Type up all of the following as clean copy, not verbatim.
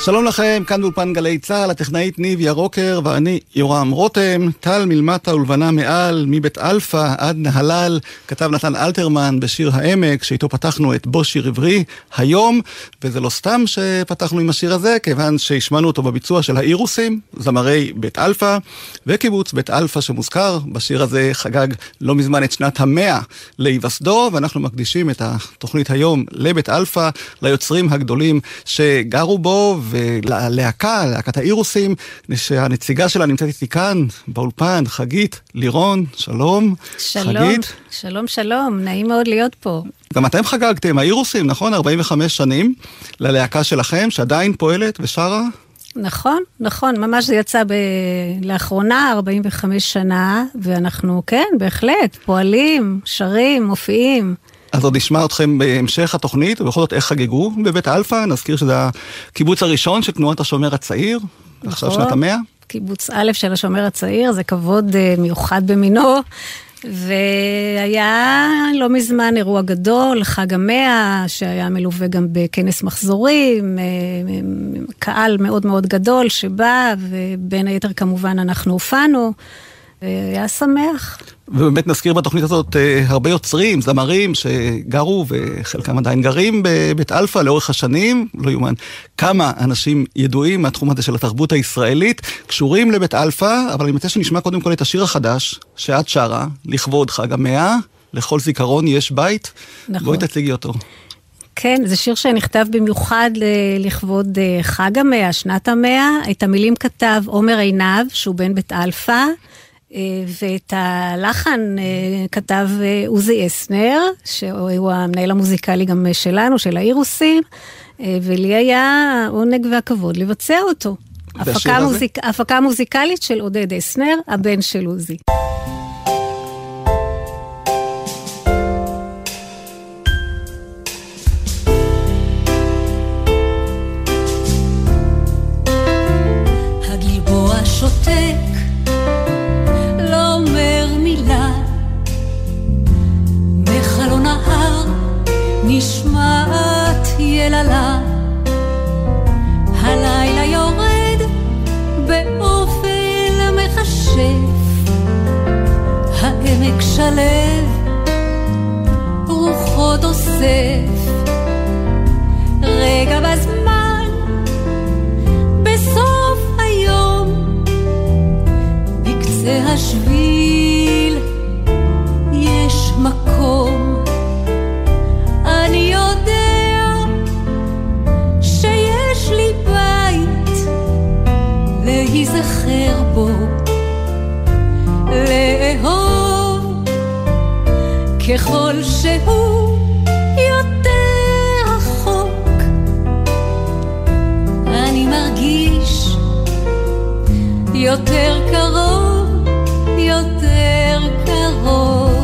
שלום לכם, כאן באולפן גלי צהל, הטכנאית ניב ירוקר ואני יורם רותם. טל מלמטה ולבנה מעל, מבית אלפא עד נהלל, כתב נתן אלתרמן בשיר העמק, שאיתו פתחנו את בו שיר עברי היום, וזה לא סתם שפתחנו עם השיר הזה, כיוון שהשמענו אותו בביצוע של האירוסים, זמרי בית אלפא, וקיבוץ בית אלפא שמוזכר. בשיר הזה חגג לא מזמן את שנת 100 להיווסדו, ואנחנו מקדישים את התוכנית היום לבית אלפא, ליוצרים הגדולים שגרו בו, ולהקה, להקת האירוסים, שהנציגה שלה נמצאת איתי כאן באולפן, חגית לירון. שלום. שלום, חגית. שלום, שלום, נעים מאוד להיות פה. גם אתם חגגתם, האירוסים, נכון? 45 שנים ללהקה שלכם, שעדיין פועלת ושרה? נכון, נכון, ממש זה יצא לאחרונה, 45 שנה, ואנחנו, כן, בהחלט, פועלים, שרים, מופיעים. אז עוד נשמע אתכם בהמשך התוכנית, ובכל זאת איך חגגו בבית אלפא. נזכיר שזה הקיבוץ הראשון של תנועת השומר הצעיר, נכון. עכשיו שנת 100. קיבוץ א' של השומר הצעיר, זה כבוד מיוחד במינו, והיה לא מזמן אירוע גדול, חג 100, שהיה מלווה גם בכנס מחזורים, קהל מאוד מאוד גדול שבא, ובין היתר כמובן אנחנו הופענו, היה שמח. ובאמת נזכיר בתוכנית הזאת הרבה יוצרים, זמרים שגרו וחלקם עדיין גרים בבית אלפא לאורך השנים, לא יומן כמה אנשים ידועים מהתחום הזה של התרבות הישראלית קשורים לבית אלפא, אבל אני מציע שנשמע קודם כל את השיר החדש שאת שרה לכבוד חג 100, לכל זיכרון יש בית. נכון. בואי תציגי אותו. כן, זה שיר שנכתב במיוחד לכבוד חג 100, שנת 100, את המילים כתב עומר עינב, שהוא בן בית אלפא, ואת הלחן כתב עוזי אסנר, שהוא המנהל המוזיקלי גם שלנו, של האירוסים, ולי היה עונג והכבוד לבצע אותו. הפקה מוזיקלית של עודד אסנר, הבן של עוזי. הגלבוע שותק מחלון ההר נשמעת יללה, הלילה יורד באופן מחשף, העמק שלב רוחות אוסף, רגע בזמן בסוף היום בקצה השביל יש מקום, אני יודע שיש לי בית להיזכר בו, לאהוב ככל שהוא יותר רחוק, אני מרגיש יותר קרוב, יותר קרוב.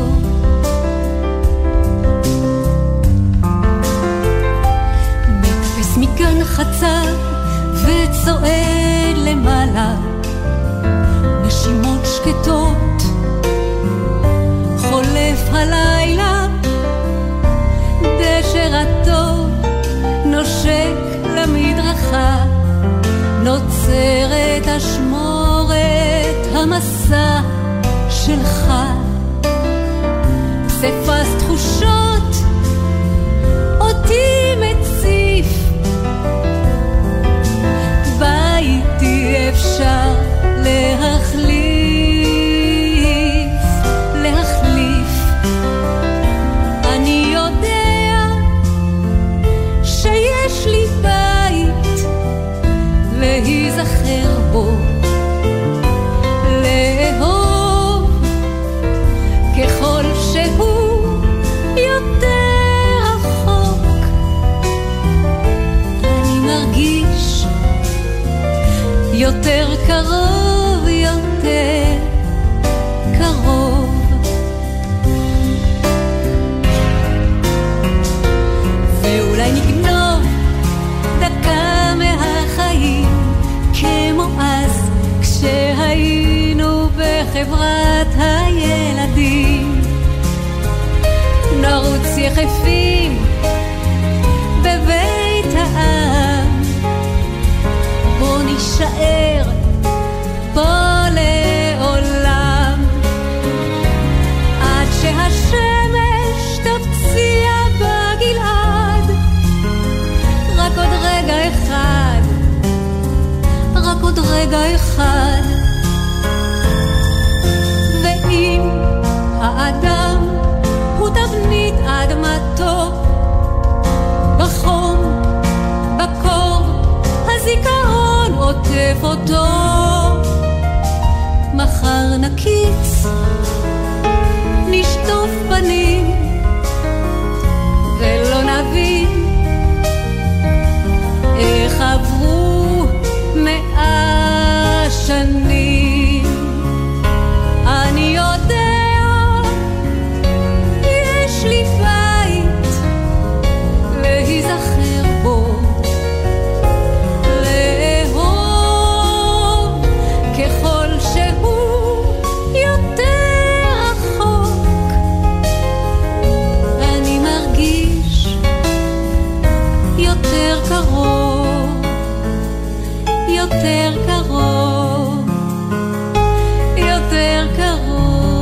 מכאן חצר וצועד למעלה, נשימות שקטות, חולף הלילה, דשא רטוב נושק למדרכה, נוצרת אשמורת המסע שלך, פספס תחושות אותי מציף, באיתי אפשר להחליף, אני יודע שיש לי בית להיזכר בו, לאהוב ככל שהוא יותר רחוק, אני מרגיש יותר קרוב, יותר קרוב. ואולי נגנוב דקה מהחיים כמו אז כשהיינו בחברת הילדים, נרוץ יחפים בבית העם, אדמתו, בחום, בקור, הזיכרון עוטף אותו. מחר נקיץ, נשטוף פנים, ולא נבין איך עברו 100 שנים. אני יודע, יש לי בית להיזכר בו, לאהוב ככל שהוא יותר רחוק. אני מרגיש יותר קרוב, יותר קרוב, יותר קרוב.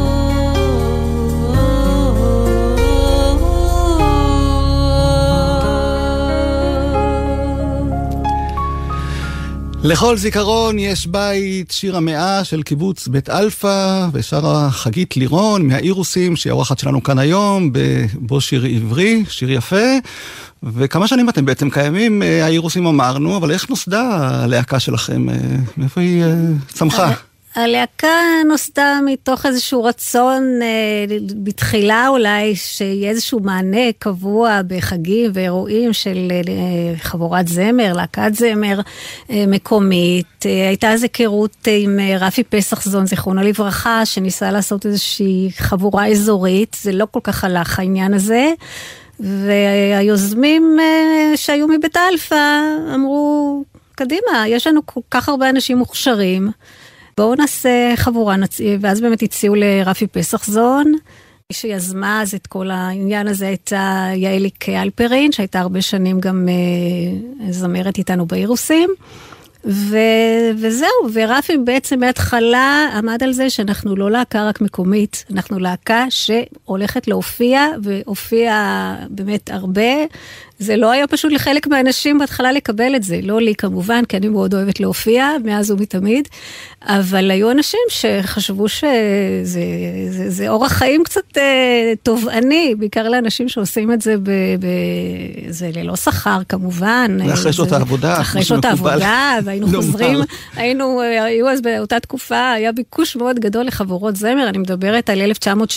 לכל זיכרון יש בית, שיר המאה של קיבוץ בית אלפא, ושרה חגית לירון מהאירוסים, שהיא האורחת שלנו כאן היום, בו שיר עברי, שיר יפה. וכמה שנים אתם בעצם קיימים, האירוסים אמרנו, אבל איך נוסדה הלהקה שלכם? מאיפה היא צמחה? הלהקה נוסדה מתוך איזשהו רצון, בתחילה אולי, שיהיה איזשהו מענה קבוע בחגים ואירועים של חבורת זמר, להקת זמר מקומית. הייתה איזו היכרות עם רפי פסחזון, זיכרונו לברכה, שניסה לעשות איזושהי חבורה אזורית. זה לא כל כך הלך העניין הזה. והיוזמים שהיו מבית אלפא אמרו, קדימה, יש לנו כל כך הרבה אנשים מוכשרים, בואו נעשה חבורה, ואז באמת הציעו לרפי פסחזון. מי שיזמה אז את כל העניין הזה הייתה יעליק אלפרין, שהייתה הרבה שנים גם זמרת איתנו באירוסים. וזהו, ורפי בעצם מההתחלה עמד על זה שאנחנו לא להקה רק מקומית, אנחנו להקה שהולכת להופיע, והופיע באמת הרבה. זה לא היה פשוט לחלק מהאנשים בהתחלה לקבל את זה, לא לי כמובן, כי אני מאוד אוהבת להופיע, מאז ומתמיד, אבל היו אנשים שחשבו שזה אורח חיים קצת תובעני, בעיקר לאנשים שעושים את זה, זה ללא שכר כמובן. אחרי שעות העבודה. אחרי שעות העבודה, והיינו חוזרים, היו אז באותה תקופה, היה ביקוש מאוד גדול לחבורות זמר, אני מדברת על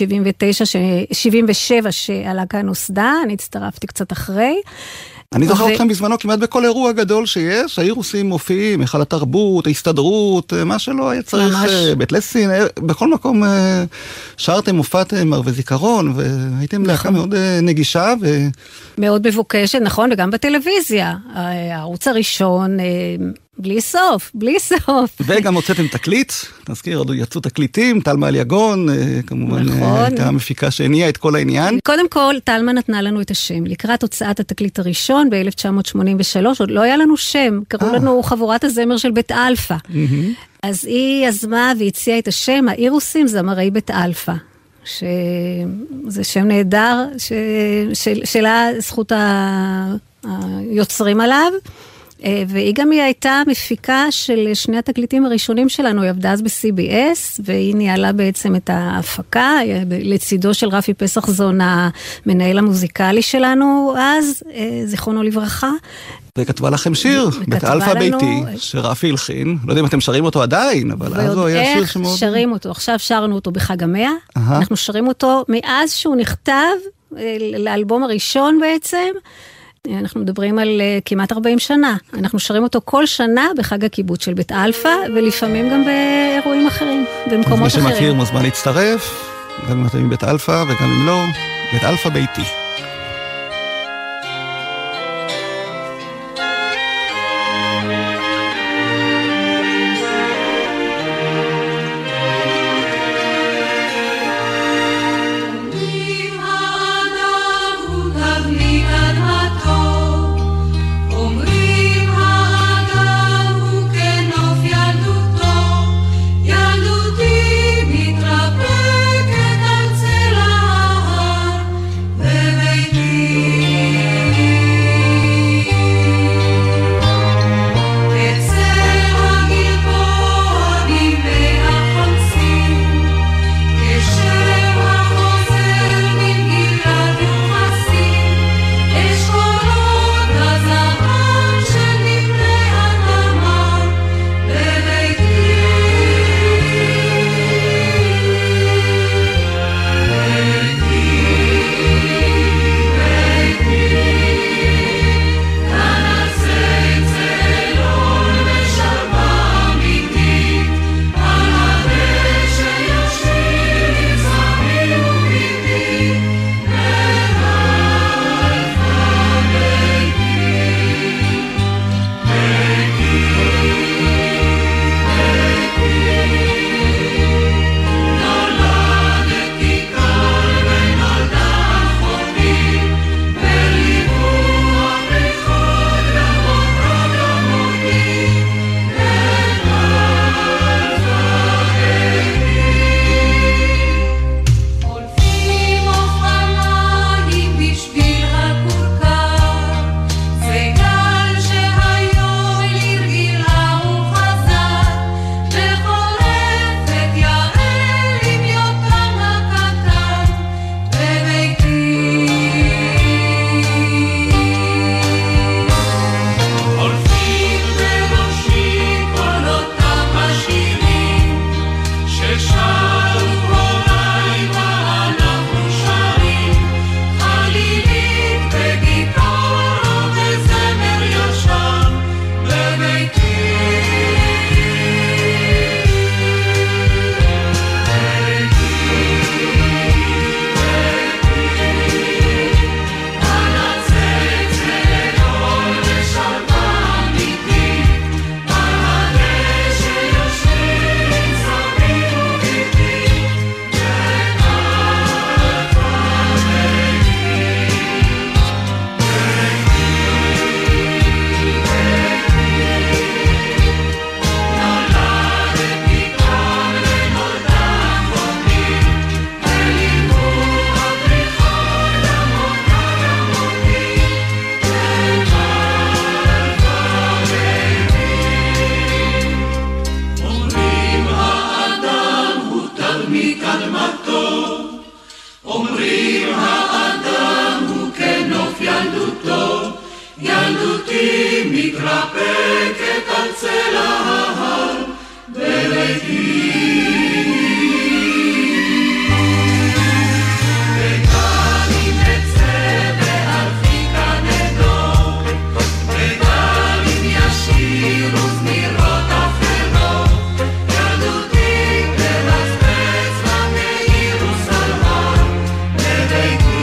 1977 שהלהקה נוסדה, אני הצטרפתי קצת אחרי. אני זוכר אתכם בזמנו כמעט בכל אירוע גדול שיש, האירוסים מופיעים, היכל התרבות, ההסתדרות, מה שלא היה צריך, בית לסין, בכל מקום שרתם, הופעתם, ערבי זיכרון, והייתם להקה מאוד נגישה. מאוד מבוקשת, נכון, וגם בטלוויזיה, הערוץ הראשון, בלי סוף, בלי סוף. וגם הוצאתם תקליט, נזכיר, יצאו תקליטים, טלמה אליגון, כמובן, הייתה המפיקה שהניעה את כל העניין. קודם כל, טלמה נתנה לנו את השם, לקראת הוצאת התקליט הראשון ב-1983, עוד לא היה לנו שם, קראו לנו חבורת הזמר של בית אלפא. אז היא יזמה והציעה את השם, האירוסים זמרי בית אלפא. שזה שם נהדר, שלה זכות היוצרים עליו, והיא גם הייתה מפיקה של שני התקליטים הראשונים שלנו, היא עבדה אז ב-CBS, והיא ניהלה בעצם את ההפקה, לצידו של רפי פסחזון, המנהל המוזיקלי שלנו, אז, זיכרונו לברכה. וכתבה לכם שיר, בית אלפא ביתי, שרפי הלחין, לא יודע אם אתם שרים אותו עדיין, אבל אז הוא היה שיר שמאוד... שרים אותו, עכשיו שרנו אותו בחג המאה, אנחנו שרים אותו מאז שהוא נכתב, לאלבום הראשון בעצם, אנחנו מדברים על כמעט 40 שנה. אנחנו שרים אותו כל שנה בחג הקיבוץ של בית אלפא, ולפעמים גם באירועים אחרים, במקומות אחרים. מי שמכיר מוזמן להצטרף, גם אם אתם מבית אלפא וגם אם לא, בית אלפא ביתי. מתרפקת על צל ההר מתרפקת על צל ההר בביתי. וכאן אם אצא וארחיקה נדור, וכאן אם ישירו זמירות אחרות, ילדותי תבצבץ למאירוס על הר בביתי.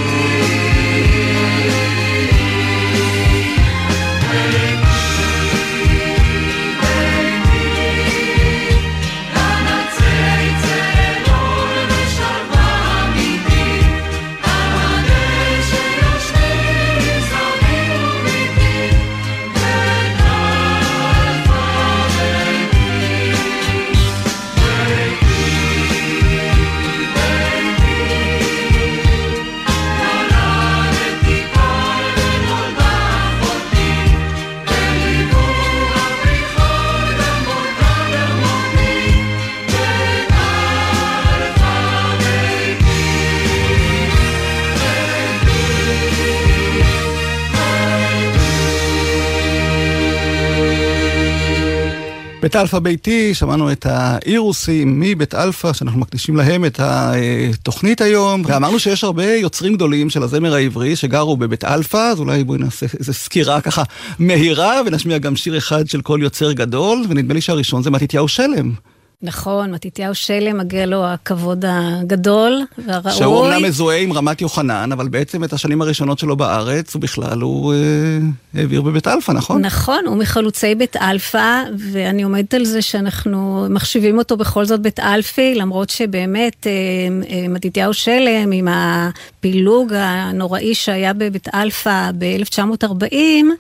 בית אלפא ביתי, שמענו את האירוסים מבית אלפא, שאנחנו מקדישים להם את התוכנית היום, ואמרנו שיש הרבה יוצרים גדולים של הזמר העברי שגרו בבית אלפא, אז אולי בואי נעשה איזו סקירה ככה מהירה, ונשמיע גם שיר אחד של כל יוצר גדול, ונדמה לי שהראשון זה מתתיהו שלם. נכון, מתתיהו שלם, מגיע לו הכבוד הגדול והראוי. שהוא אומנם מזוהה עם רמת יוחנן, אבל בעצם את השנים הראשונות שלו בארץ, ובכלל הוא העביר בבית אלפא, נכון? נכון, הוא מחלוצי בית אלפא, ואני עומדת על זה שאנחנו מחשיבים אותו בכל זאת בית אלפי, למרות שבאמת מתתיהו שלם, עם הפילוג הנוראי שהיה בבית אלפא ב-1940,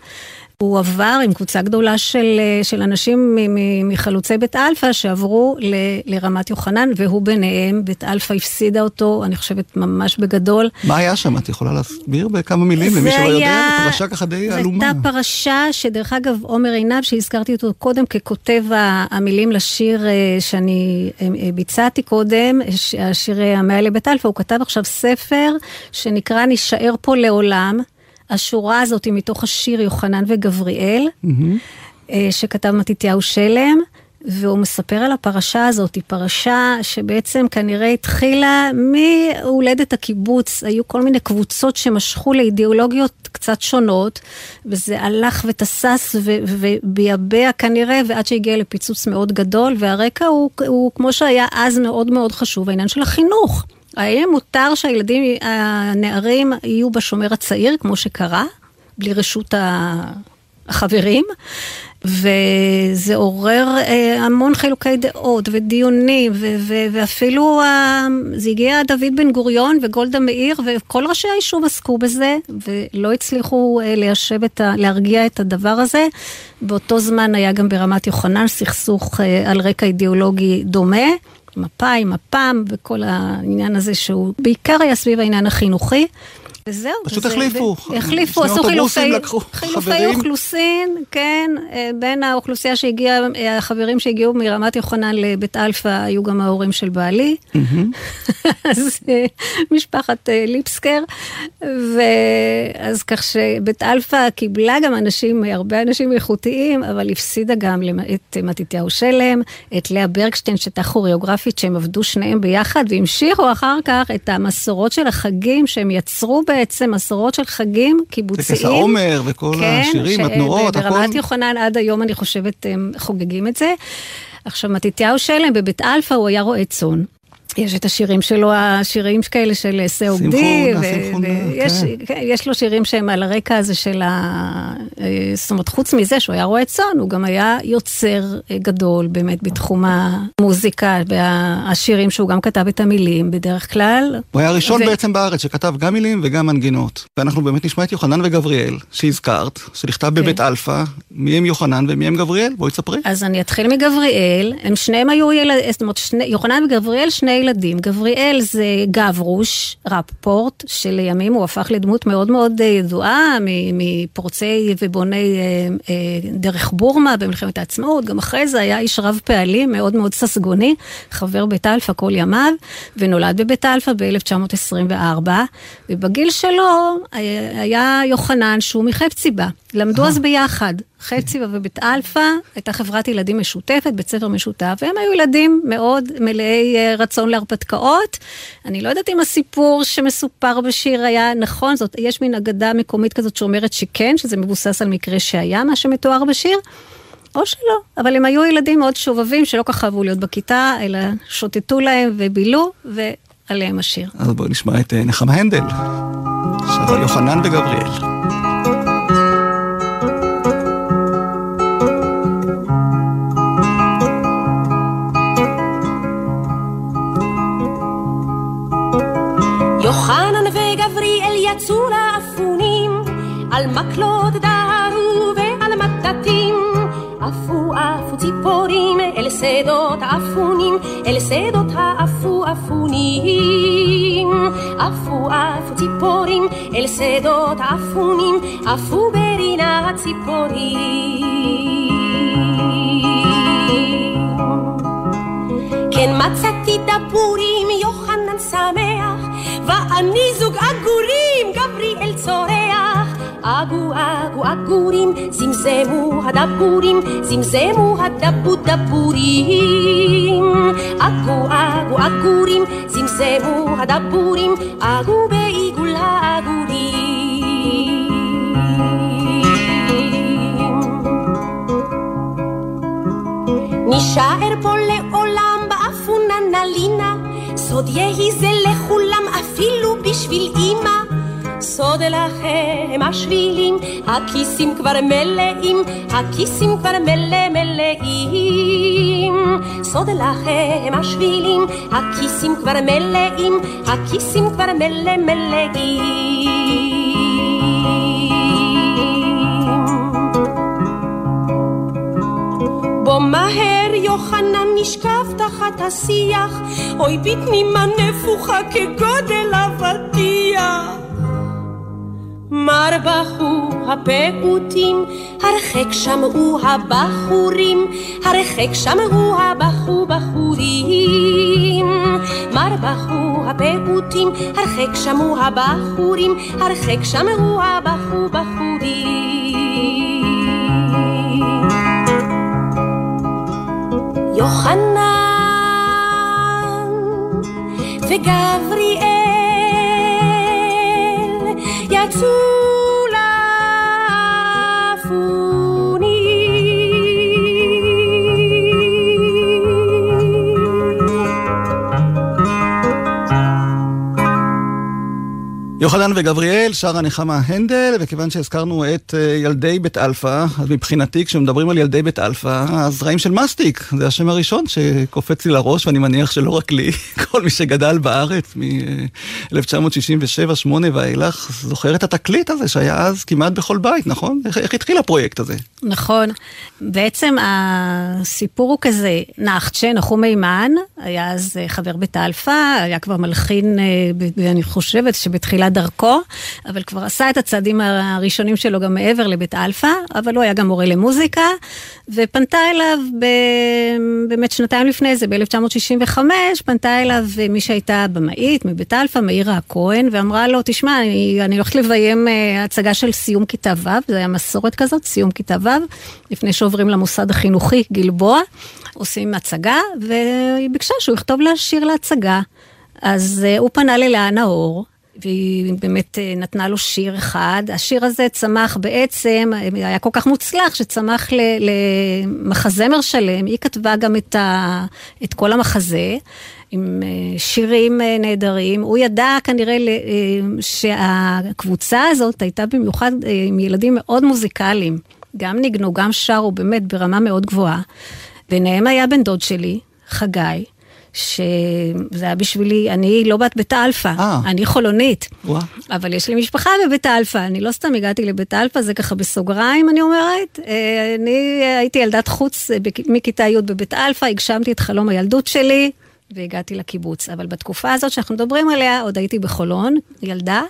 הוא עבר עם קבוצה גדולה של אנשים מחלוצי בית אלפא שעברו לרמת יוחנן, והוא ביניהם. בית אלפא הפסידה אותו, אני חושבת ממש בגדול. מה היה שם? את יכולה להסביר בכמה מילים למי שלא יודע? פרשה ככה די עלומה. זו הייתה פרשה שדרך אגב עומר עינב, שהזכרתי אותו קודם ככותב המילים לשיר שאני ביצעתי קודם, השיר המאה לבית אלפא, הוא כתב עכשיו ספר שנקרא נשאר פה לעולם. השורה הזאת היא מתוך השיר יוחנן וגבריאל, שכתב מתתיהו שלם, והוא מספר על הפרשה הזאת, היא פרשה שבעצם כנראה התחילה מהולדת הקיבוץ, היו כל מיני קבוצות שמשכו לאידיאולוגיות קצת שונות, וזה הלך ותסס וביבע כנראה, ועד שהגיע לפיצוץ מאוד גדול, והרקע הוא כמו שהיה אז מאוד מאוד חשוב, העניין של החינוך. האם מותר שהילדים, הנערים, יהיו בשומר הצעיר, כמו שקרה, בלי רשות החברים, וזה עורר המון חילוקי דעות ודיונים, ואפילו זה הגיע דוד בן גוריון וגולדה מאיר, וכל ראשי היישוב עסקו בזה, ולא הצליחו להרגיע את הדבר הזה. באותו זמן היה גם ברמת יוחנן סכסוך על רקע אידיאולוגי דומה, מפאי, מפ"ם, וכל העניין הזה שהוא בעיקר היה העניין החינוכי. וזהו. פשוט החליפו. החליפו, עשו חילופי אוכלוסין, כן, בין האוכלוסייה שהגיעה, החברים שהגיעו מרמת יוחנן לבית אלפא, היו גם ההורים של בעלי, אז משפחת ליפסקר, ואז כך שבית אלפא קיבלה גם אנשים, הרבה אנשים איכותיים, אבל הפסידה גם את מתתיהו שלם, את לאה ברגשטיין, שהייתה כוריאוגרפית, שהם עבדו שניהם ביחד, והמשיכו אחר כך את המסורות של החגים, שהם יצרו בעצם מסורות של חגים קיבוציים. טקס העומר וכל השירים, התנועות, הכל. ברמת יוחנן עד היום אני חושבת הם חוגגים את זה. עכשיו מתתיהו שלם בבית אלפא הוא היה רועה צאן. יש את השירים שלו, השירים כאלה של סעודי, ויש לו שירים שהם על הרקע הזה של זאת אומרת, חוץ מזה שהוא היה רועה צאן, הוא גם היה יוצר גדול באמת בתחום המוזיקה, והשירים שהוא גם כתב את המילים בדרך כלל. הוא היה הראשון בעצם בארץ שכתב גם מילים וגם מנגינות. ואנחנו באמת נשמע את יוחנן וגבריאל, שהזכרת, שנכתב בבית אלפא, מי הם יוחנן ומי הם גבריאל? בואי תספרי. אז אני אתחיל מגבריאל, הם שניהם היו זאת אומרת, יוחנן וגבריאל, שני ילדים. גבריאל זה גברוש רפפורט, שלימים הוא הפך לדמות מאוד מאוד ידועה, מפורצי ובוני דרך בורמה במלחמת העצמאות. גם אחרי זה היה איש רב פעלים, מאוד מאוד ססגוני, חבר בית אלפא כל ימיו, ונולד בבית אלפא ב-1924, ובגיל שלו היה יוחנן שהוא מחפציבה. למדו אז ביחד, חפציבה ובית אלפא, הייתה חברת ילדים משותפת, בית ספר משותף, והם היו ילדים מאוד מלאי רצון להרפתקאות. אני לא יודעת אם הסיפור שמסופר בשיר היה נכון, זאת, יש מין אגדה מקומית כזאת שאומרת שכן, שזה מבוסס על מקרה שהיה מה שמתואר בשיר, או שלא, אבל הם היו ילדים מאוד שובבים, שלא כך אהבו להיות בכיתה, אלא שוטטו להם ובילו, ועליהם השיר. אז בואו נשמע את נחמה הנדל, שר יוחנן וגבריאל. יוחנן וגבריאל יצאו לאפונים, על מקלות דהרו ועל מטטים, עפו ציפורים אל שדות האפונים, אל שדות האפונים. עפו ציפורים אל שדות האפונים, עפו ברינה ציפורים. כן מצאתי דבורים, יוחנן שמח, ואני זוג אגורים, גבריאל צורח. אגו אגו אגורים, זמזמו הדבורים, זמזמו הדבורים. אגו אגו אגורים, זמזמו הדבורים, אגו בעיגול האגורים. נשאר פה לעולם באפונה נלינה, סוד יהי זה לכולם אפילו בשביל אמא. סוד לכם השבילים, הכיסים כבר מלאים, הכיסים כבר מלאים. סוד לכם השבילים, הכיסים כבר מלאים, הכיסים כבר מלאים. בוא מהר יוחנן נשכב תחת השיח, אוי בתנימה נפוחה כגודל אבטיח. מרבחו הפעוטים, הרחק שמעו הבחורים, הרחק שמעו הבחורים. מרבחו הפעוטים, הרחק שמעו הבחורים, הרחק שמעו הבחורים. יוחנן וגבריאל יצאו יוחנן וגבריאל, שרה נחמה הנדל, וכיוון שהזכרנו את ילדי בית אלפא, אז מבחינתי כשמדברים על ילדי בית אלפא, אז רעים של מסטיק, זה השם הראשון שקופץ לי לראש, ואני מניח שלא רק לי, כל מי שגדל בארץ מ-1967-8 ואילך, זוכר את התקליט הזה שהיה אז כמעט בכל בית, נכון? איך התחיל הפרויקט הזה? נכון, בעצם הסיפור הוא כזה, נחום מימן, היה אז חבר בית אלפא, היה כבר מלחין, אני חושבת שבתחילת דרכו, אבל כבר עשה את הצעדים הראשונים שלו גם מעבר לבית אלפא, אבל הוא היה גם מורה למוזיקה, ופנתה אליו באמת שנתיים לפני זה, ב-1965, פנתה אליו מי שהייתה במאית מבית אלפא, מאירה הכהן, ואמרה לו, תשמע, אני הולכת לביים הצגה של סיום כיתה ו', זה היה מסורת כזאת, סיום כיתה ו', לפני שעוברים למוסד החינוכי גלבוע, עושים הצגה, והיא ביקשה שהוא יכתוב לה שיר להצגה. אז הוא פנה ללאה נאור, והיא באמת נתנה לו שיר אחד. השיר הזה צמח בעצם, היה כל כך מוצלח, שצמח למחזמר שלם. היא כתבה גם את כל המחזה, עם שירים נהדרים. הוא ידע כנראה שהקבוצה הזאת הייתה במיוחד עם ילדים מאוד מוזיקליים. גם ניגנו, גם שרו, באמת ברמה מאוד גבוהה. ביניהם היה בן דוד שלי, חגי, שזה היה בשבילי, אני לא בת בית אלפא, אני חולונית, אבל יש לי משפחה בבית אלפא, אני לא סתם הגעתי לבית אלפא, זה ככה בסוגריים אני אומרת, אני הייתי ילדת חוץ מכיתה י' בבית אלפא, הגשמתי את חלום הילדות שלי, והגעתי לקיבוץ. אבל בתקופה הזאת שאנחנו מדברים עליה, עוד הייתי בחולון, ילדה,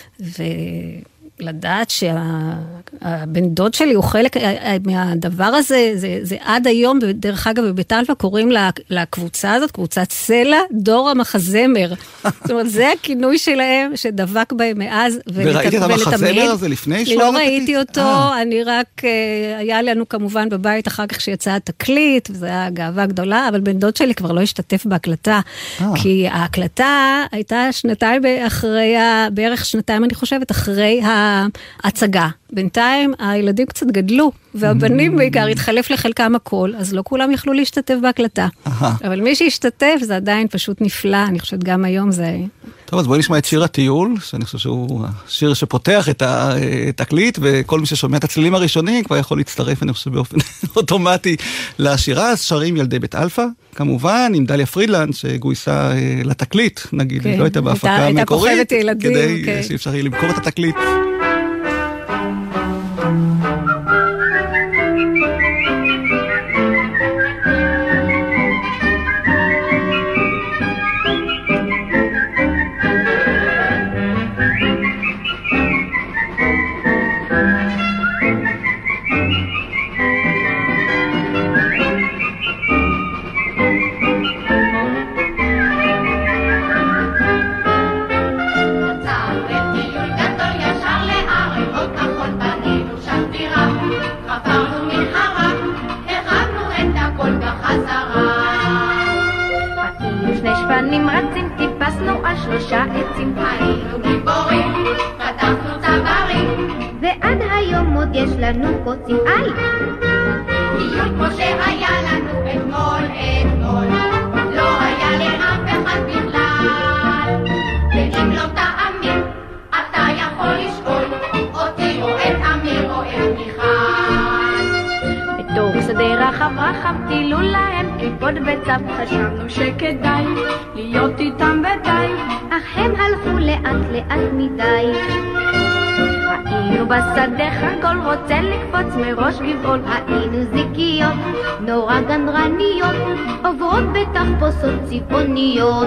לדעת שהבן דוד שלי הוא חלק מהדבר הזה, זה עד היום, דרך אגב, בבית אלפא קוראים לקבוצה הזאת, קבוצת סלע, דור המחזמר. זאת אומרת, זה הכינוי שלהם, שדבק בהם מאז ולתמיד. וראית את המחזמר הזה לפני שהוא? לא ראיתי אותו, אני רק, היה לנו כמובן בבית אחר כך שיצא התקליט, וזו הייתה גאווה גדולה, אבל בן דוד שלי כבר לא השתתף בהקלטה, כי ההקלטה הייתה בערך שנתיים, אני חושבת, אחרי ההצגה. בינתיים הילדים קצת גדלו, והבנים בעיקר התחלף לחלקם הכל, אז לא כולם יכלו להשתתף בהקלטה. אבל מי שהשתתף זה עדיין פשוט נפלא, אני חושבת גם היום זה... טוב, אז בואי נשמע את שיר הטיול, שאני חושב שהוא השיר שפותח את התקליט, וכל מי ששומע את הצלילים הראשונים כבר יכול להצטרף, אני חושב, באופן אוטומטי לשירה. אז שרים ילדי בית אלפא, כמובן, עם דליה פרידלנד, שגויסה לתקליט, נגיד, לא הייתה בהפקה המקורית, כדי שאפשר יהיה למכור את התקליט. נמרצים טיפסנו על 3 עצים, היינו גיבורים, פתחנו צווארים, ועד היום עוד יש לנו קוצים על טיול כמו שהיה לנו אתמול, לא היה לאף אחד בכלל. ואם לא תאמין, אתה יכול לשאול אותי או את אמיר או את מיכל. בתוך שדה רחב טילו להם כיפות וצב, חשבנו שכדאי להיות איתם ודי, אך הם הלכו לאט מדי. היינו בשדה חגול רוצה לקפוץ מראש גבעול, היינו זיקיות נורא גנרניות, עוברות בתחפושות צבעוניות.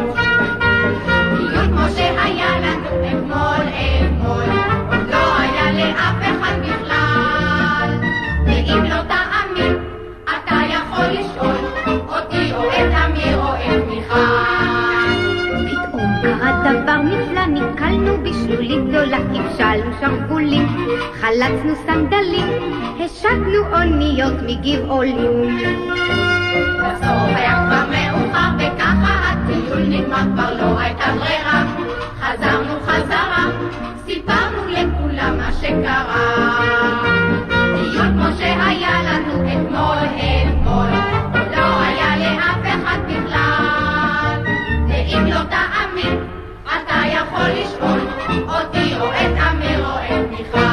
טיול כמו שהיה לנו אתמול, לא היה לאף אחד בכלל. ואם לא תאמין, אתה יכול לשאול אותי או את אמיר או את מיכל. פתאום קרה דבר נפלא, ניקלנו בשלולית גדולה, כבשלנו שרוולים, חלצנו סנדלים, השקנו אוניות מגבעולים. בסוף היה כבר מאוחר וככה הטיול נגמר, כבר לא הייתה ברירה. חזרנו חזרה, סיפרנו לכולם מה שקרה. טיול כמו שהיה לנו אתמול, לא היה לאף אחד בכלל. ואם לא תאמין, אתה יכול לשאול אותי או את אמיר או את מיכל.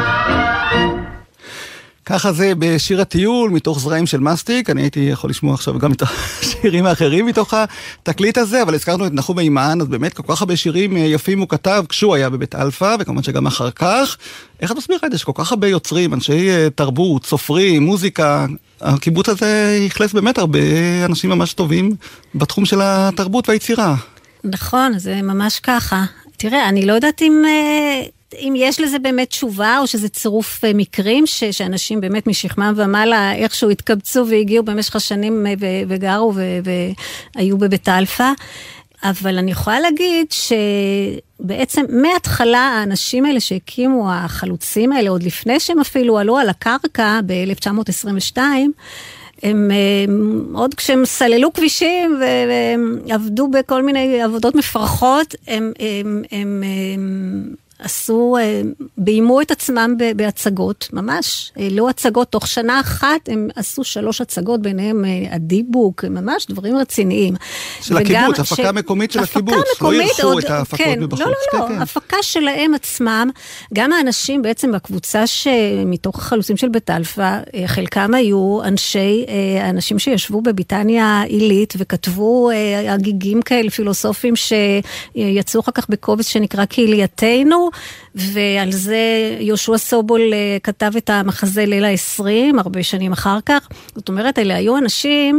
ככה זה בשיר הטיול, מתוך זרעים של מסטיק. אני הייתי יכול לשמוע עכשיו גם את השירים האחרים מתוך התקליט הזה, אבל הזכרנו את נחום מימן, אז באמת כל כך הרבה שירים יפים הוא כתב כשהוא היה בבית אלפא, וכמובן שגם אחר כך. איך את מסבירה את זה? שכל כך הרבה יוצרים, אנשי תרבות, סופרים, מוזיקה, הקיבוץ הזה יחלף באמת הרבה אנשים ממש טובים בתחום של התרבות והיצירה. נכון, זה ממש ככה. תראה, אני לא יודעת אם יש לזה באמת תשובה, או שזה צירוף מקרים, שאנשים באמת משכמם ומעלה איכשהו התקבצו והגיעו במשך השנים וגרו והיו בבית אלפא. אבל אני יכולה להגיד שבעצם מההתחלה האנשים האלה שהקימו, החלוצים האלה, עוד לפני שהם אפילו עלו על הקרקע ב-1922, הם עוד כשהם סללו כבישים ועבדו בכל מיני עבודות מפרחות, הם עשו, ביימו את עצמם בהצגות, ממש, לא הצגות, תוך שנה אחת הם עשו 3 הצגות, ביניהם הדיבוק, ממש דברים רציניים. של הקיבוץ, הפקה מקומית של הקיבוץ, לא ירחו את ההפקות מבחוץ. לא, הפקה שלהם עצמם, גם האנשים בעצם בקבוצה שמתוך החלוצים של בית אלפא, חלקם היו אנשים שישבו בביטניה עילית, וכתבו הגיגים כאלה פילוסופיים שיצאו אחר כך בקובץ שנקרא קהילייתנו, ועל זה יהושע סובול כתב את המחזה ליל ה-20, הרבה שנים אחר כך. זאת אומרת, אלה היו אנשים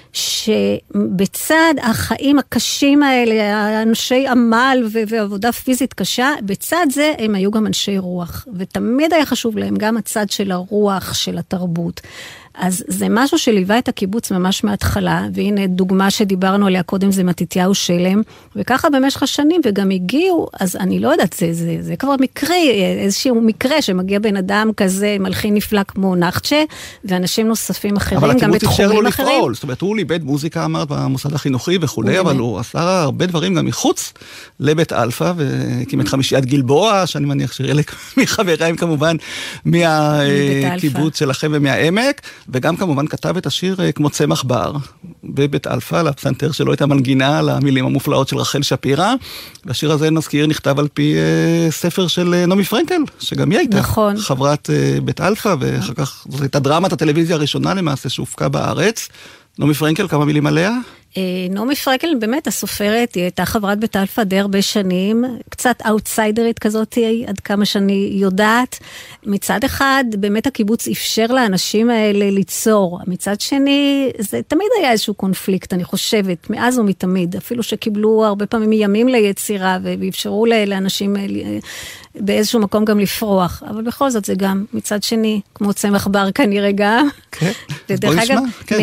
שבצד החיים הקשים האלה, אנשי עמל ועבודה פיזית קשה, בצד זה הם היו גם אנשי רוח, ותמיד היה חשוב להם גם הצד של הרוח, של התרבות. אז זה משהו שליווה את הקיבוץ ממש מההתחלה, והנה דוגמה שדיברנו עליה קודם זה מתתיהו שלם, וככה במשך השנים, וגם הגיעו, אז אני לא יודעת, זה כבר מקרי, איזשהו מקרה שמגיע בן אדם כזה, מלחין נפלא כמו נחצ'ה, ואנשים נוספים אחרים, גם בתחומים אחרים. אבל הקיבוץ אפשר לו לפעול, זאת אומרת, הוא ליבד מוזיקה, אמרת, במוסד החינוכי וכולי, אבל הוא עשה הרבה דברים גם מחוץ לבית אלפא, והקים את חמישיית גלבוע, שאני מניח שחלק מחבריים כמובן, מהקיבוץ שלכם ומהעמק, וגם כמובן כתב את השיר כמו צמח בר, בבית אלפא, לפסנתר שלו את המנגינה, למילים המופלאות של רחל שפירא, והשיר הזה נזכיר נכתב על פי ספר של נעמי פרנקל, שגם היא הייתה נכון. חברת בית אלפא, ואחר כך זאת הייתה דרמת הטלוויזיה הראשונה למעשה שהופקה בארץ. נעמי פרנקל, כמה מילים עליה? נעמי פרנקל, באמת הסופרת, היא הייתה חברת בית אלפא די הרבה שנים, קצת אאוטסיידרית כזאת, עד כמה שאני יודעת. מצד אחד, באמת הקיבוץ אפשר לאנשים האלה ליצור. מצד שני, זה תמיד היה איזשהו קונפליקט, אני חושבת, מאז ומתמיד, אפילו שקיבלו הרבה פעמים ימים ליצירה, ואפשרו לאנשים באיזשהו מקום גם לפרוח. אבל בכל זאת זה גם, מצד שני, כמו צמח בר כנראה גם. כן, בוא נשמע.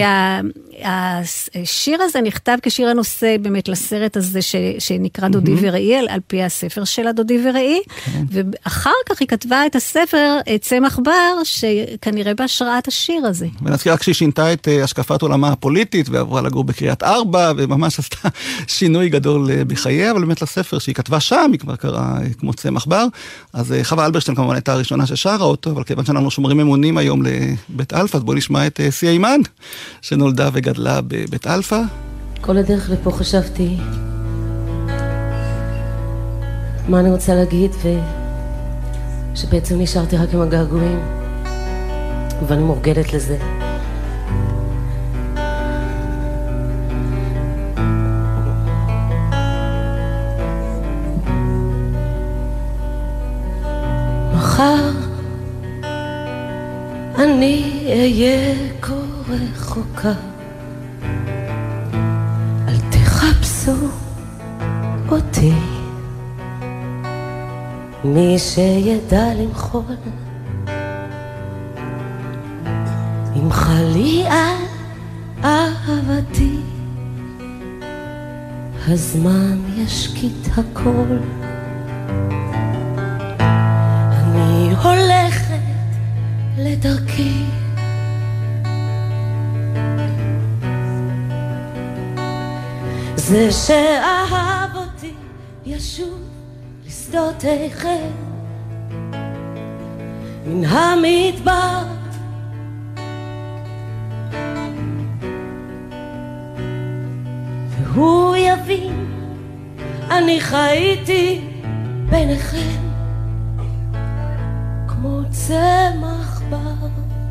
השיר הזה נכתב כשיר הנושא באמת לסרט הזה שנקרא דודי וראי, על פי הספר שלה דודי וראי, ואחר כך היא כתבה את הספר צמח בר, שכנראה בהשראת השיר הזה. ונזכיר רק שהיא שינתה את השקפת עולמה הפוליטית, ועברה לגור בקריית ארבע, וממש עשתה שינוי גדול בחייה, אבל באמת לספר שהיא כתבה שם, היא כבר קראה כמו צמח בר, אז חווה אלברשטיין כמובן הייתה הראשונה ששרה אותו, אבל כיוון שאנחנו שומרים אמונים היום לבית אלפא, אז בואו נשמע את סיה אימן, שנולדה וגדלה בבית אלפא. כל הדרך לפה חשבתי מה אני רוצה להגיד, ושבעצם נשארתי רק עם הגעגועים, ואני מורגלת לזה. מחר אני אהיה כה רחוקה, אל תחפשו אותי, מי שידע למחול ימחלי על אהבתי, הזמן ישקיט הכל. אני הולכת לדרכי, זה שאהב אותי ישוב לשדותיכם מן המדבר, והוא יבין אני חייתי ביניכם כמו צמח בר.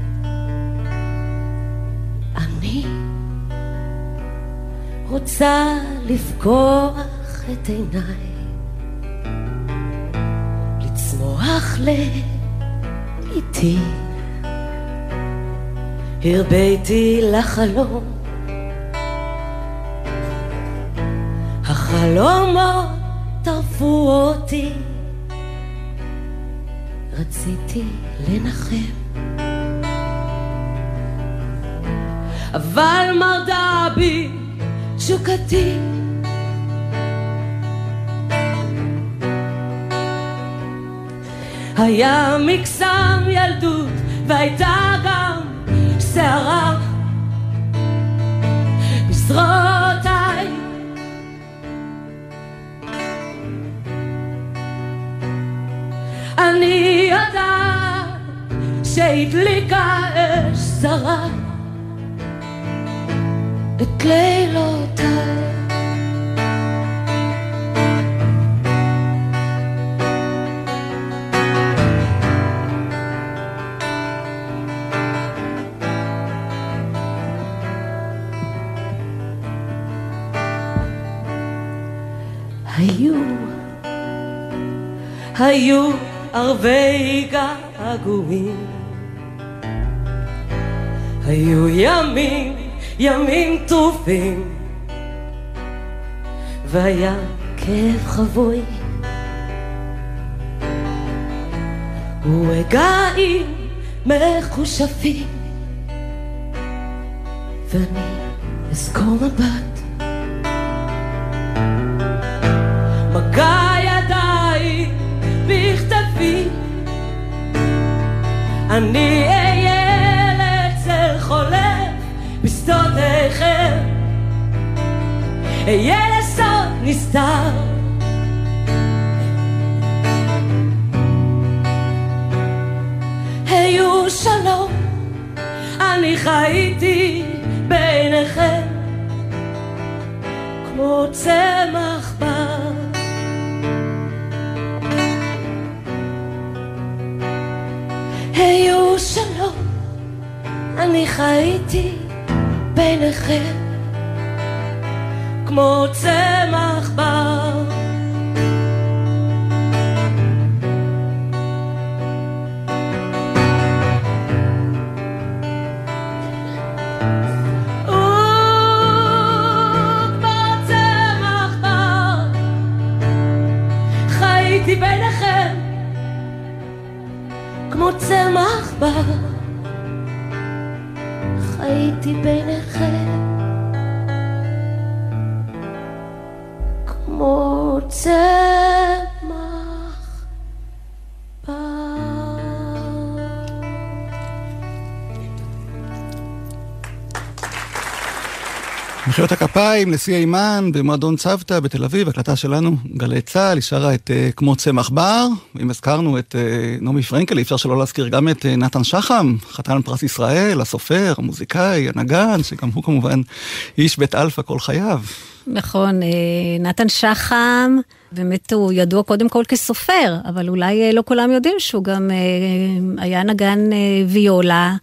אני רוצה לפקוח את עיניי, לצמוח לאיתי, הרביתי לחלום, החלומות טרפו אותי, רציתי לנחם, אבל מרדה בי תשוקתי, היה מקסם ילדות והייתה גם שערה בזרועותיי, אני יודעת שהדליקה אש זרה את לילותיי. היו ערבי געגועים, היו ימים ימים טובים, והיה כאב חבוי ורגעים מחושבים, ואני אזכור מבט, מגע ידיים בכתבי, אני אהיה לצל חולף בשדותיכם, אהיה לסוד נסתר, היו שלום, אני חייתי ביניכם כמו צמח בר, היו שלום, אני חייתי ביניכם כמו צמח בר, ביניכם כמו צמח בר, חייתי ביניכם כמו צמח בר. מחיאות הכפיים לשיא אימן במועדון צוותא בתל אביב, הקלטה שלנו, גלי צהל, היא שרה את כמו צמח בר. אם הזכרנו את נעמי פרנקל, אפשר שלא להזכיר גם את נתן שחם, חתן פרס ישראל, הסופר, המוזיקאי, הנגן, שגם הוא כמובן איש בית אלפא כל חייו. נכון, נתן שחם, באמת הוא ידוע קודם כל כסופר, אבל אולי לא כולם יודעים שהוא גם היה נגן ויולה,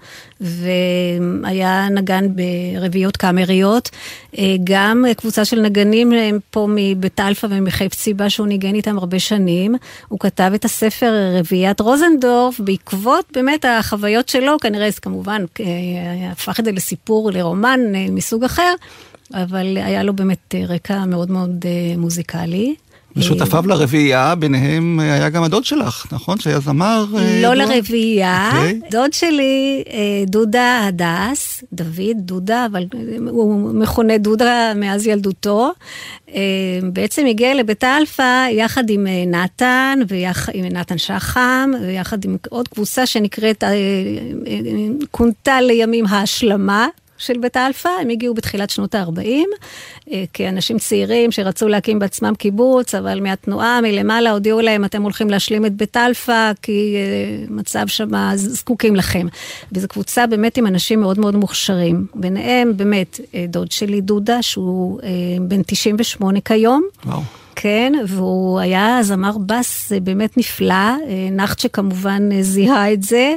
והיה נגן ברביעיות קאמריות, גם קבוצה של נגנים פה מבית אלפא ומחיפה ציבה, שהוא ניגן איתם הרבה שנים, הוא כתב את הספר רביעיית רוזנדורף, בעקבות באמת החוויות שלו, כנראה כמובן הפך את זה לסיפור, לרומן מסוג אחר, אבל היה לו באמת רקע מאוד מאוד מוזיקלי. ושותפיו לרביעייה, ביניהם היה גם הדוד שלך, נכון? שהיה זמר? לא לרביעייה, דוד שלי, דודה הדס, דוד, דודה, אבל הוא מכונה דודה מאז ילדותו, בעצם הגיע לבית אלפא יחד עם נתן, עם נתן שחם, ויחד עם עוד קבוצה שנקראת, כונתה לימים ההשלמה, של בית אלפא, הם הגיעו בתחילת שנות ה-40, כאנשים צעירים שרצו להקים בעצמם קיבוץ, אבל מהתנועה מלמעלה הודיעו להם, אתם הולכים להשלים את בית אלפא, כי מצב שם זקוקים לכם. וזו קבוצה באמת עם אנשים מאוד מאוד מוכשרים. ביניהם באמת דוד שלי דודה, שהוא בן 98 כיום. וואו. כן, והוא היה זמר בס באמת נפלא, נחת שכמובן זיהה את זה,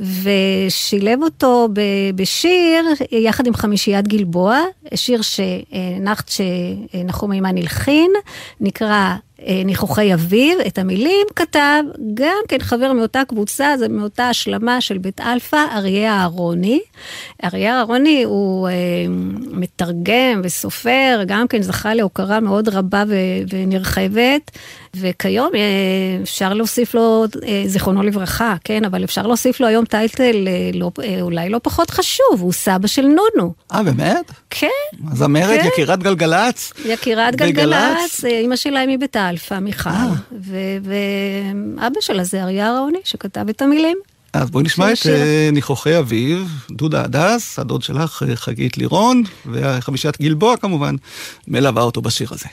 ושילב אותו בשיר יחד עם חמישיית גלבוע, שיר שנחת שנחום אימן הלחין, נקרא ניחוחי אביב, את המילים כתב גם כן חבר מאותה קבוצה, זה מאותה השלמה של בית אלפא, אריה אהרוני. אריה אהרוני הוא מתרגם וסופר, גם כן זכה להוקרה מאוד רבה ונרחבת, וכיום אפשר להוסיף לו, זיכרונו לברכה, כן, אבל אפשר להוסיף לו היום טייטל אולי לא פחות חשוב, הוא סבא של נונו. באמת? כן. אז אמרת, יקירת גלגלץ. יקירת גלגלץ, אמא שלה היא מבית אלפא, מיכל, ואבא שלה זה אריה אהרוני, שכתב את המילים. אז בואי נשמע את ניחוחי אביב, דודה הדס, הדוד שלך חגית לירון, והחמישיית גלבוע כמובן, מלווה אותו בשיר הזה.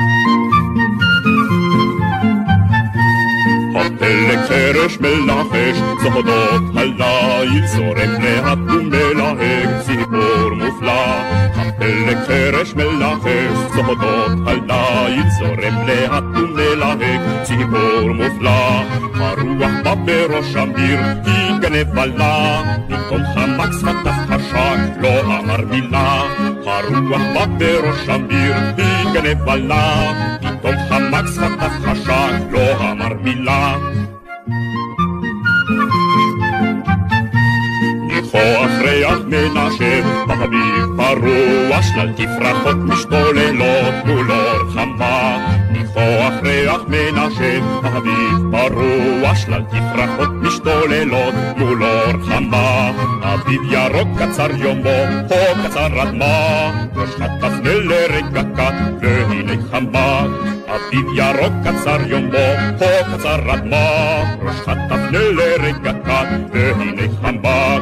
הפלג חרש מלחש, סודות הליל, זורם לאט ומלהק, ציפור מופלא. הפלג חרש מלחש, סודות הליל, זורם לאט ומלהק, ציפור מופלא. הרוח בא בראש אמיר, היא גנבה לה, פתאום חמק שפתח חשק, לא אמר מילה. הרוח בא בראש אמיר, היא גנבה לה, פתאום חמק שפתח חשק, לא אמר מילה. ניחוח ריח מנשב, באביב הרוח שלל תפרחות משתוללות מול אור חמה, ניחוח ריח מנשב האביב ברוח שלל תפרחות משתוללות מול אור חמה, אביב ירוק קצר יומו, הו קצר אדמה, ראש חטף לרגע קט והנה חמה, אביב ירוק קצר יומו, הו קצר אדמה, ראש חטף לרגע קט והנה חמה.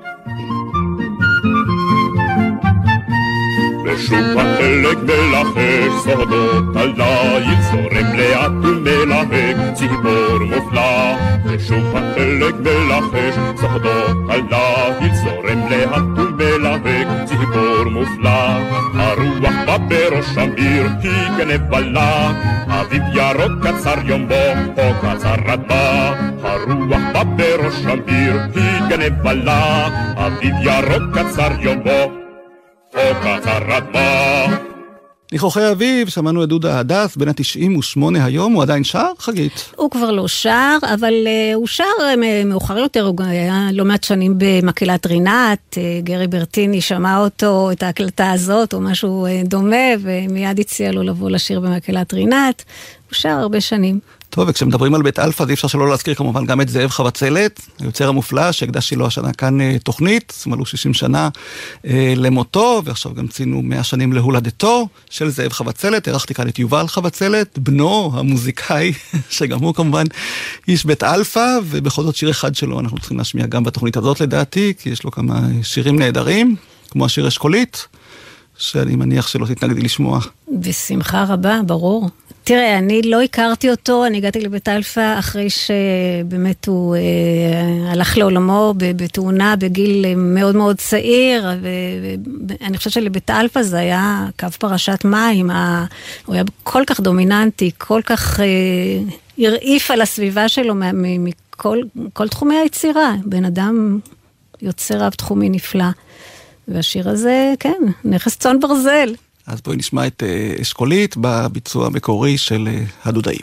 בשוק הפלג מלחש סודות הליל, זורם לאט ומלהק ציפור מופלא. בשוק הפלג מלחש סודות הליל, זורם לאט ומלהק ציפור מופלא. הרוח בא בראש אמיר, היא כנבלה, אביב ירוק קצר יום בו, או קצר אדמה. הרוח בא בראש אמיר, היא כנבלה, אביב ירוק קצר יום בו, או קצר אדמה. ניחוחי אביב, שמענו את דודה הדס, בין ה-98 היום, הוא עדיין שר, חגית? הוא כבר לא שר, אבל הוא שר מאוחר יותר, הוא היה לא מעט שנים במקהלת רינת, גרי ברטיני שמע אותו, את ההקלטה הזאת, או משהו דומה, ומיד הציע לו לבוא לשיר במקהלת רינת, הוא שר הרבה שנים. טוב, וכשמדברים על בית אלפא, אז אי אפשר שלא להזכיר כמובן גם את זאב חבצלת, היוצר המופלא, שהקדשתי לו השנה כאן תוכנית, מלאו 60 שנה למותו, ועכשיו גם ציינו 100 שנים להולדתו של זאב חבצלת. ערכתי כאן את יובל חבצלת, בנו המוזיקאי, שגם הוא כמובן איש בית אלפא, ובכל זאת שיר אחד שלו אנחנו צריכים להשמיע גם בתוכנית הזאת לדעתי, כי יש לו כמה שירים נהדרים, כמו השיר אשכולית, שאני מניח שלא תתנגדי לשמוע. בשמחה רבה, ברור. תראה, אני לא הכרתי אותו, אני הגעתי לבית אלפא אחרי שבאמת הוא הלך לעולמו בתאונה בגיל מאוד מאוד צעיר, ואני חושבת שלבית אלפא זה היה קו פרשת מים, הוא היה כל כך דומיננטי, כל כך הרעיף על הסביבה שלו מכל תחומי היצירה, בן אדם יוצר רב תחומי נפלא. והשיר הזה, כן, נכס צאן ברזל. אז בואי נשמע את אשכולית בביצוע המקורי של הדודאים.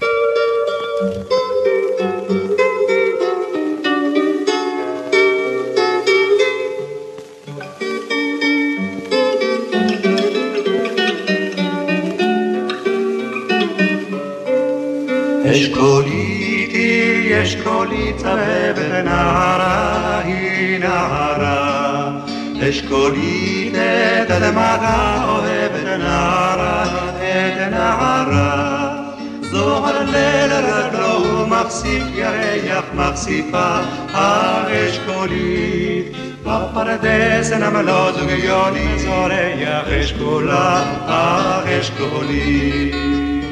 אשכולית היא אשכולית צבבת נערה היא נערה, אשכולית את אדמתה אוהבת נערה, את נערה. זוהר ליל רגלו ומחשיף ירח מחשיפה האשכולית, בפרדס נמלו זוגיוני זורח אשכולה האשכולית.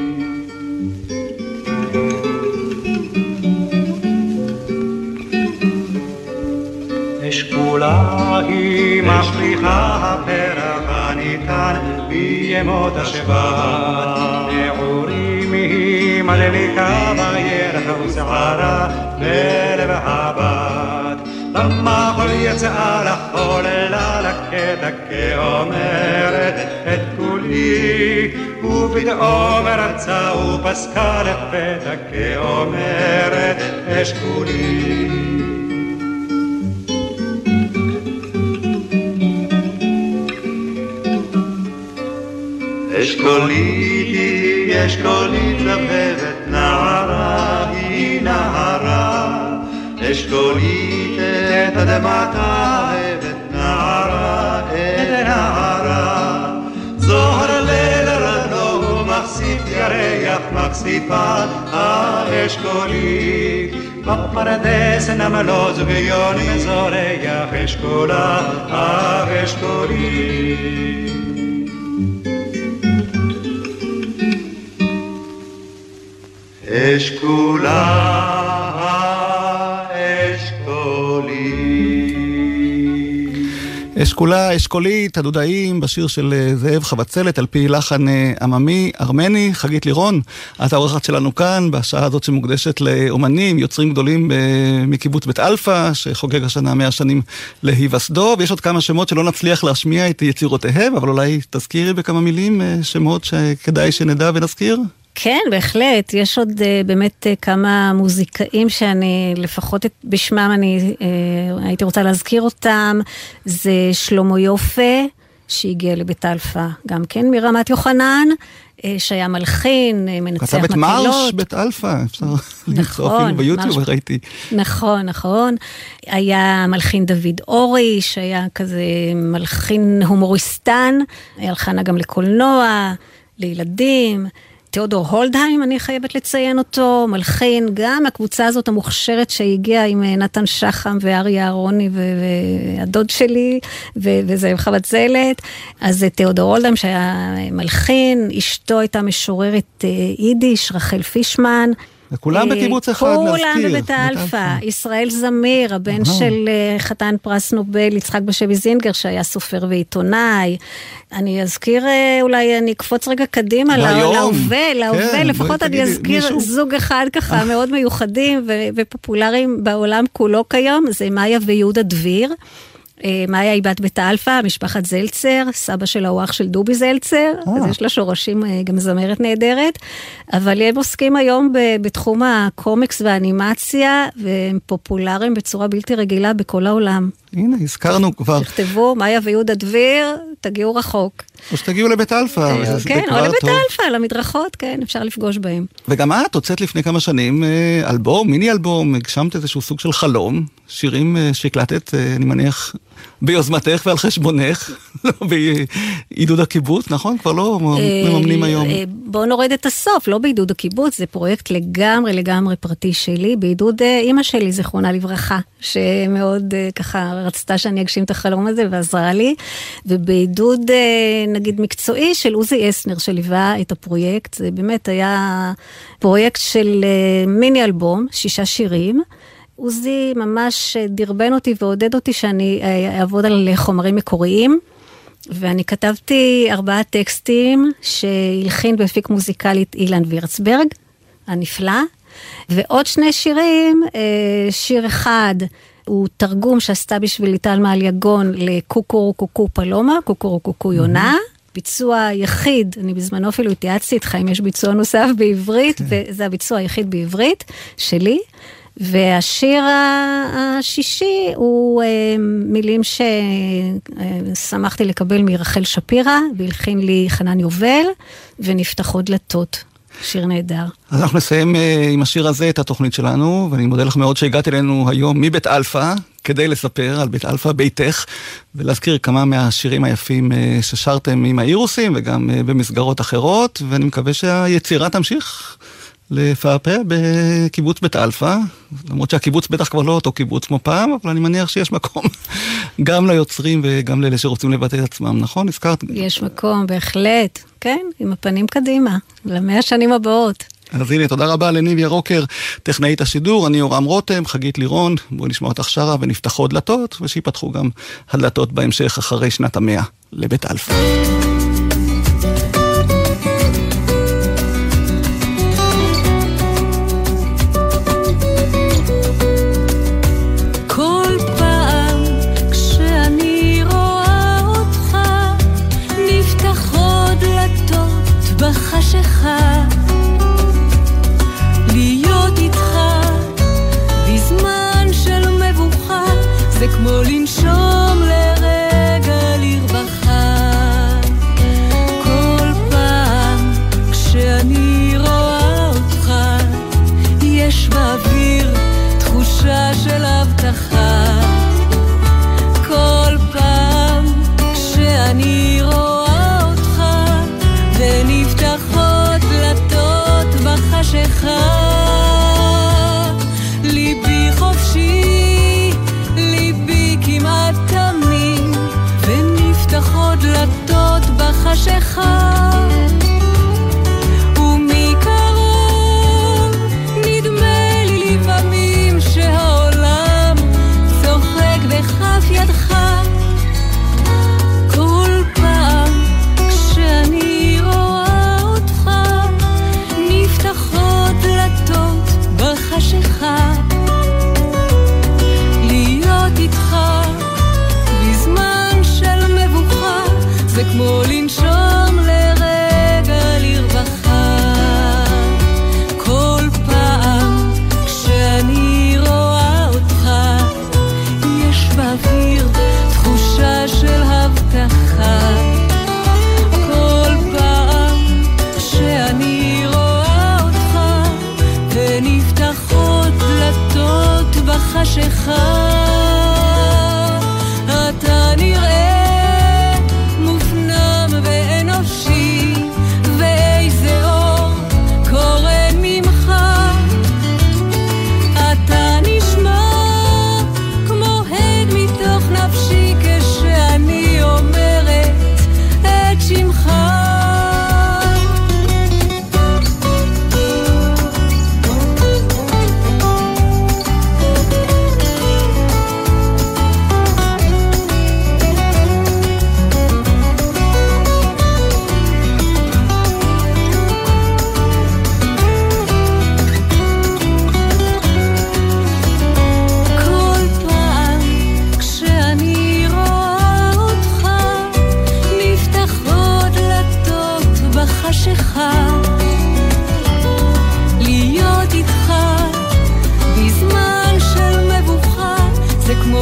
אשכולה היא משליחה הפרח הניתן בימות השבת, נעורים היא מלמיקה בירח ושערה בלב הבת. במחול יצאה לחוללה לקטע כאומרת את כולי, ופתאום רצה ופסקה לפתע כאומרת אשכולי. אשכולית היא אשכולית לבבת נערה היא נערה, אשכולית את אדמתה אוהבת נערה את נערה. זוהר ליל רגלו מחשיף ירח מחשיפה האשכולית, בפרדס נמלו זוגיוני זורח אשכולה האשכולית. אשכולה אשכולית. אשכולה אשכולית, הדודאים בשיר של זאב חבצלת על פי לחן עממי ארמני. חגית לירון, את האורחת שלנו כאן בשעה הזאת שמוקדשת לאומנים, יוצרים גדולים מקיבוץ בית אלפא, שחוגג השנה 100 שנים להיווסדו, ויש עוד כמה שמות שלא נצליח להשמיע את יצירותיהם, אבל אולי תזכירי בכמה מילים שמות שכדאי שנדע ונזכיר? כן, בהחלט. יש עוד באמת כמה מוזיקאים שאני, לפחות בשמם אני הייתי רוצה להזכיר אותם. זה שלמה יופה, שהגיע לבית אלפה, גם כן מרמת יוחנן, שהיה מלחין, מנצח מקהלות. כתב את מרש בית אלפה, אפשר למצוא אפילו ביוטיוב, ראיתי. נכון, נכון. היה מלחין דוד אורי, שהיה כזה מלחין הומוריסטן, הלחנה גם לקולנוע, לילדים. תיאודור הולדהיים, אני חייבת לציין אותו, מלחין, גם הקבוצה הזאת המוכשרת שהגיעה עם נתן שחם ואריה אהרוני והדוד שלי, וזה חוות זלת. אז תיאודור הולדהיים שהיה מלחין, אשתו הייתה משוררת יידיש, רחל פישמן. וכולם בקיבוץ אחד, נזכיר. כולם בבית אלפה. ישראל זמיר, הבן של חתן פרס נובל, יצחק בשבי זינגר, שהיה סופר ועיתונאי. אני אזכיר, אולי אני אקפוץ רגע קדימה, להווה, לפחות אני אזכיר זוג אחד ככה, מאוד מיוחדים ופופולריים בעולם כולו כיום, זה מאיה ויהודה דביר. מאיה היא בת בית אלפה, משפחת זלצר, סבא שלה הוא אח של דובי זלצר, אז יש לה שורשים גם זמרת נהדרת, אבל הם עוסקים היום בתחום הקומיקס והאנימציה, והם פופולריים בצורה בלתי רגילה בכל העולם. הנה, הזכרנו כבר. תכתבו, מאיה ויהודה דביר, תגיעו רחוק. או שתגיעו לבית אלפה. כן, או לבית אלפה, למדרכות, כן, אפשר לפגוש בהם. וגם את הוצאת לפני כמה שנים אלבום, מיני אלבום, הגשמת איזשהו סוג של חלום, שירים שהקלטת, אני מניח, ביוזמתך ועל חשבונך, לא בעידוד הקיבוץ, נכון? כבר לא מממנים היום. בואו נוריד את הסוף, לא בעידוד הקיבוץ, זה פרויקט לגמרי פרטי שלי, בעידוד אמא שלי, זיכרונה לברכה, שמאוד ככה רצתה שאני אגשים את החלום הזה ועזרה לי, ובעידוד נגיד מקצועי של עוזי אסנר שליווה את הפרויקט, זה באמת היה פרויקט של מיני אלבום, 6 שירים, עוזי ממש דרבן אותי ועודד אותי שאני אעבוד על חומרים מקוריים, ואני כתבתי 4 טקסטים שהלחין והפיק מוזיקלית אילן וירצברג, הנפלא, ועוד 2 שירים, שיר אחד הוא תרגום שעשתה בשביל ליטל מעל יגון לקוקורו קוקו פלומה, קוקורו קוקו יונה, ביצוע יחיד, אני בזמנו אפילו התייעצתי איתך אם יש ביצוע נוסף בעברית, וזה הביצוע היחיד בעברית שלי, והשיר השישי הוא מילים ששמחתי לקבל מרחל שפירה, והלחין לי חנן יובל, ונפתחו דלתות. שיר נהדר. אז אנחנו נסיים עם השיר הזה את התוכנית שלנו, ואני מודה לך מאוד שהגעת אלינו היום מבית אלפה, כדי לספר על בית אלפה ביתך, ולהזכיר כמה מהשירים היפים ששרתם עם האירוסים, וגם במסגרות אחרות, ואני מקווה שהיצירה תמשיך לפעפע בקיבוץ בית אלפה, למרות שהקיבוץ בטח כבר לא אותו קיבוץ כמו פעם, אבל אני מניח שיש מקום גם ליוצרים וגם לאלה שרוצים לבטא את עצמם, נכון? הזכרת? יש מקום, בהחלט, כן, עם הפנים קדימה, ל100 שנים הבאות. אז הנה, תודה רבה לניביה רוקר, טכנאית השידור, אני יורם רותם, חגית לירון, בואו נשמע אותך שרה ונפתחו דלתות, ושיפתחו גם הדלתות בהמשך אחרי שנת 100 לבית אלפה. בחשיכה להיות איתך בזמן של מבוכה זה כמו לנשום לרגע לרווחה כל פעם כשאני רואה אותך יש באוויר תחושה של הבטחה כל פעם כשאני רואה אותך ונפתחות דלתות בחשיכה ליבי חופשי ליבי כמעט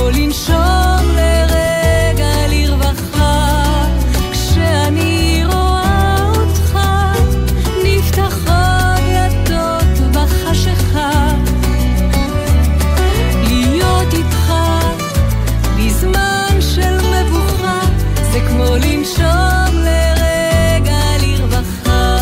לנשום לרגע לרווחה. כשאני רואה אותך נפתחות דלתות בחשיכה. להיות איתך בזמן של מבוכה זה כמו לנשום לרגע לרווחה.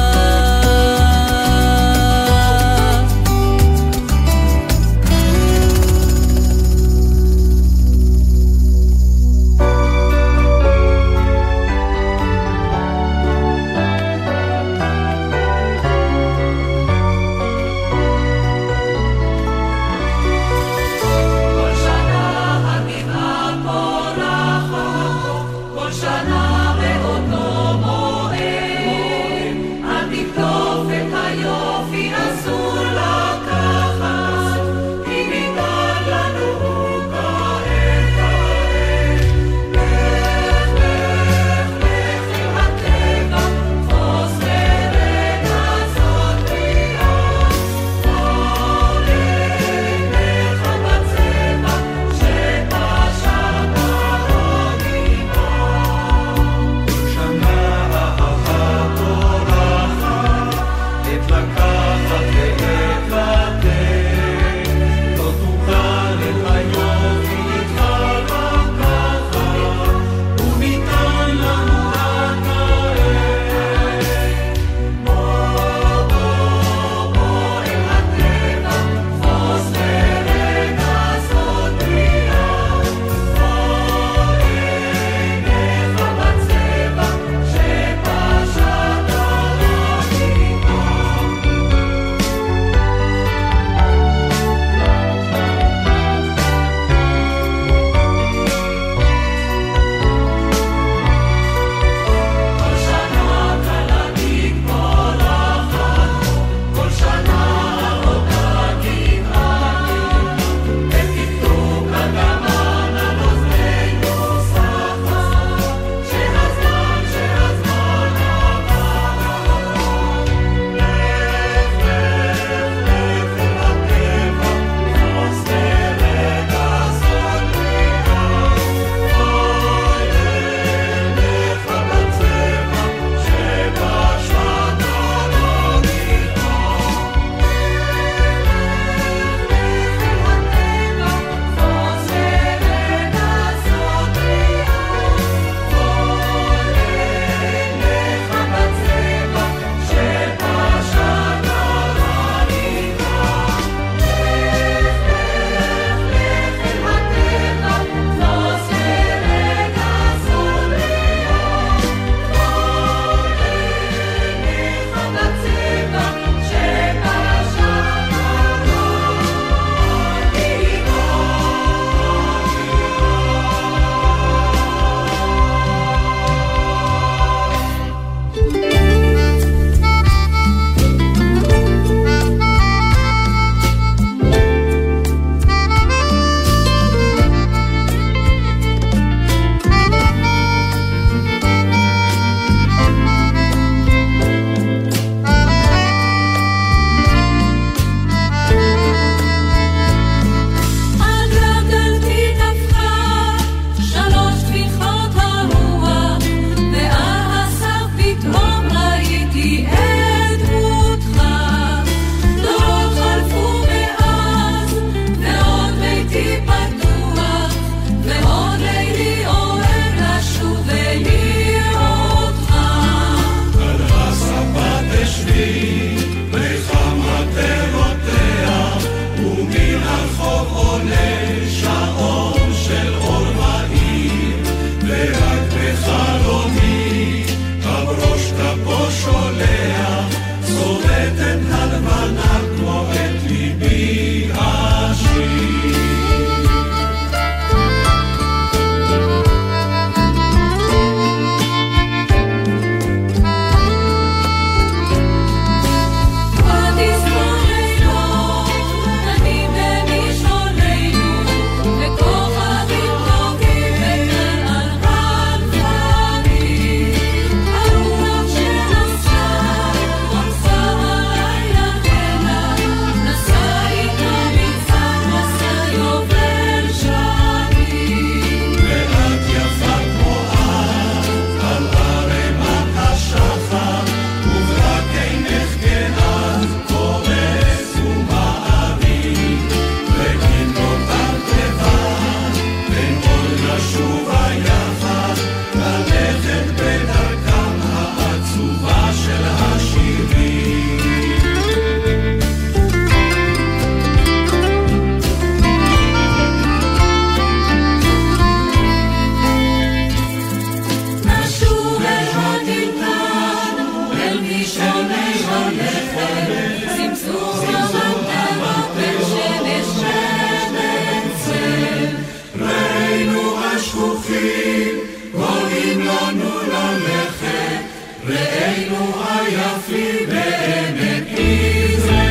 היפים בעמק יזרעאל.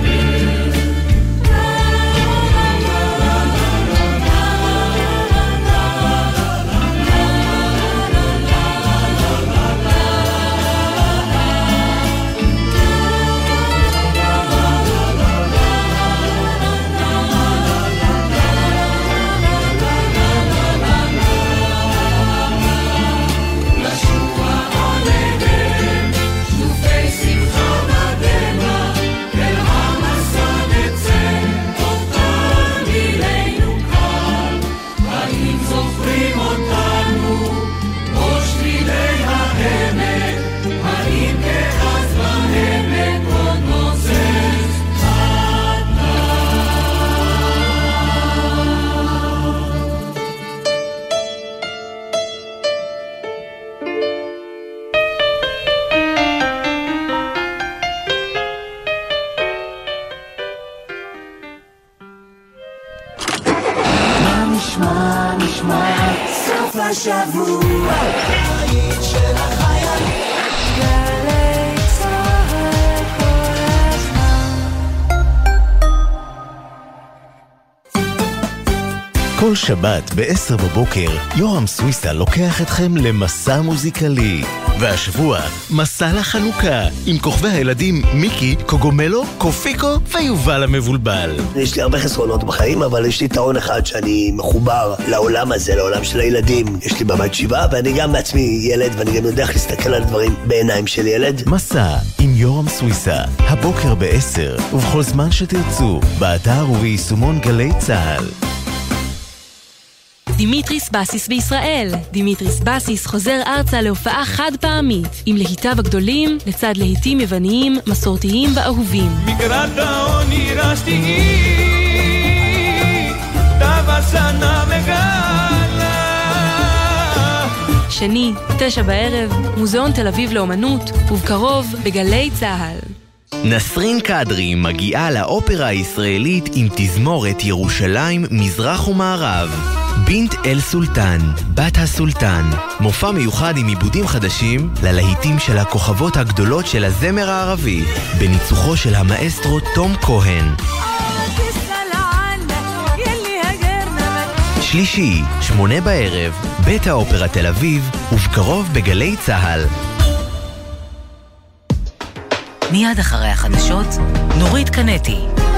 השבוע היית של החיילים גלי צהל כל הזמן. כל שבת ב-10 בבוקר יורם סוויסה לוקח אתכם למסע מוזיקלי. והשבוע מסע לחנוכה עם כוכבי הילדים מיקי, קוגומלו, קופיקו ויובל המבולבל. יש לי הרבה חסרונות בחיים, אבל יש לי טעון אחד שאני מחובר לעולם הזה, לעולם של הילדים. יש לי בבית 7 ואני גם בעצמי ילד ואני גם יודע איך להסתכל על הדברים בעיניים של ילד. מסע עם יורם סוויסה, הבוקר ב-10 ובכל זמן שתרצו, באתר וביישומון גלי צהל. דימיטריס בסיס בישראל. דימיטריס בסיס חוזר ארצה להופעה חד פעמית עם להיטיו הגדולים לצד להיטים יווניים, מסורתיים ואהובים. מקרת העוני רשתי תבסנה מגלה. שני, 9 בערב, מוזיאון תל אביב לאומנות, ובקרוב בגלי צהל. נסרין קדרי מגיעה לאופרה הישראלית עם תזמורת ירושלים מזרח ומערב. בינת אל סולטן, בת הסולטן, מופע מיוחד עם עיבודים חדשים ללהיטים של הכוכבות הגדולות של הזמר הערבי, בניצוחו של המאסטרו תום כהן. שלישי, 8 בערב, בית האופרה תל אביב, ובקרוב בגלי צהל. מיד אחרי החדשות, נורית קנטי.